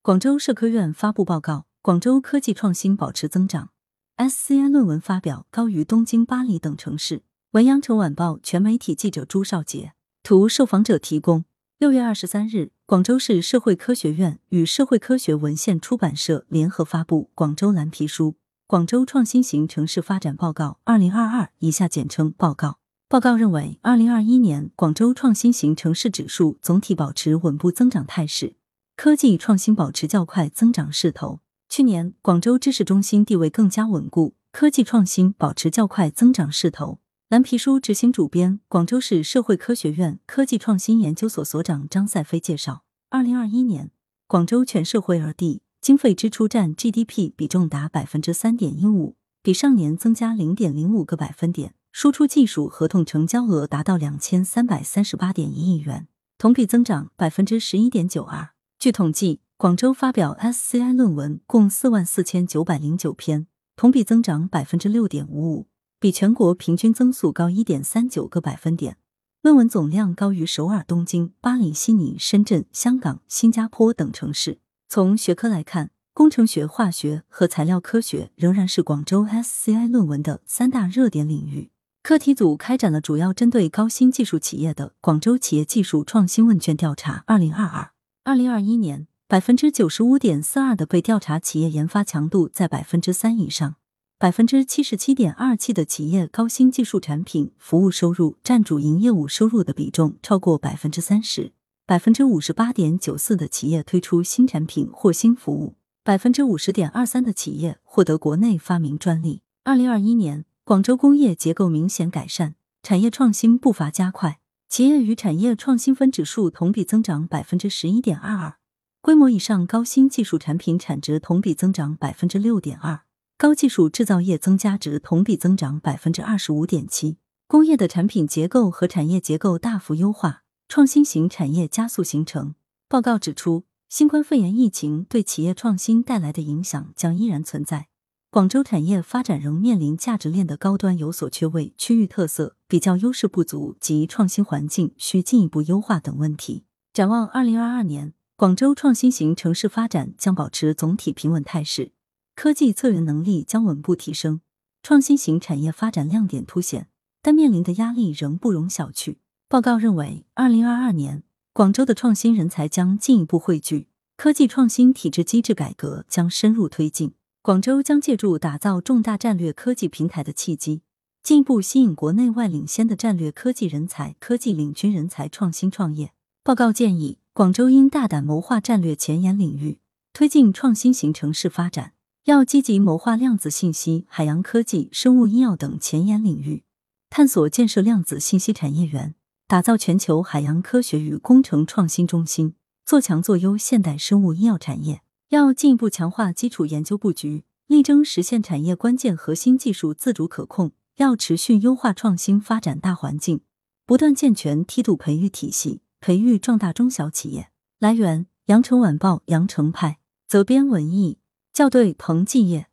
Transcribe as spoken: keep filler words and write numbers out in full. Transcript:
广州社科院发布报告，广州科技创新保持增长 ，S C I 论文发表高于东京、巴黎等城市。文阳城晚报全媒体记者朱少杰，图受访者提供。六月二十三日，广州市社会科学院与社会科学文献出版社联合发布《广州蓝皮书：广州创新型城市发展报告（二零二二）》，以下简称报告。报告认为，二零二一年广州创新型城市指数总体保持稳步增长态势，科技创新保持较快增长势头。去年，广州知识中心地位更加稳固，科技创新保持较快增长势头。蓝皮书执行主编、广州市社会科学院科技创新研究所所长张赛飞介绍，二零二一年，广州全社会 二 D 经费支出占 G D P 比重达 百分之三点一五， 比上年增加 零点零五个百分点，输出技术合同成交额达到 两千三百三十八点一亿元，同比增长 百分之十一点九二。据统计，广州发表 S C I 论文共 四万四千九百零九 篇，同比增长 百分之六点五五，比全国平均增速高 一点三九个百分点，论文总量高于首尔、东京、巴黎、悉尼、深圳、香港、新加坡等城市。从学科来看，工程学、化学和材料科学仍然是广州 S C I 论文的三大热点领域。课题组开展了主要针对高新技术企业的广州企业技术创新问卷调查二零二二。二零二一年， 百分之九十五点四二 的被调查企业研发强度在 百分之三 以上， 百分之七十七点二七 的企业高新技术产品服务收入占主营业务收入的比重超过 百分之三十， 百分之五十八点九四 的企业推出新产品或新服务， 百分之五十点二三 的企业获得国内发明专利。二零二一年，广州工业结构明显改善，产业创新步伐加快，企业与产业创新分指数同比增长 百分之十一点二二， 规模以上高新技术产品产值同比增长 百分之六点二， 高技术制造业增加值同比增长 百分之二十五点七， 工业的产品结构和产业结构大幅优化，创新型产业加速形成。报告指出，新冠肺炎疫情对企业创新带来的影响将依然存在，广州产业发展仍面临价值链的高端有所缺位、区域特色、比较优势不足及创新环境需进一步优化等问题。展望二零二二年，广州创新型城市发展将保持总体平稳态势，科技策源能力将稳步提升，创新型产业发展亮点凸显，但面临的压力仍不容小觑。报告认为，二零二二年，广州的创新人才将进一步汇聚，科技创新体制机制改革将深入推进。广州将借助打造重大战略科技平台的契机，进一步吸引国内外领先的战略科技人才、科技领军人才创新创业。报告建议，广州应大胆谋划战略前沿领域，推进创新型城市发展，要积极谋划量子信息、海洋科技、生物医药等前沿领域，探索建设量子信息产业园，打造全球海洋科学与工程创新中心，做强做优现代生物医药产业。要进一步强化基础研究布局，力争实现产业关键核心技术自主可控，要持续优化创新发展大环境，不断健全梯度培育体系，培育壮大中小企业。来源：羊城晚报羊城派，责编文艺，校对彭继业。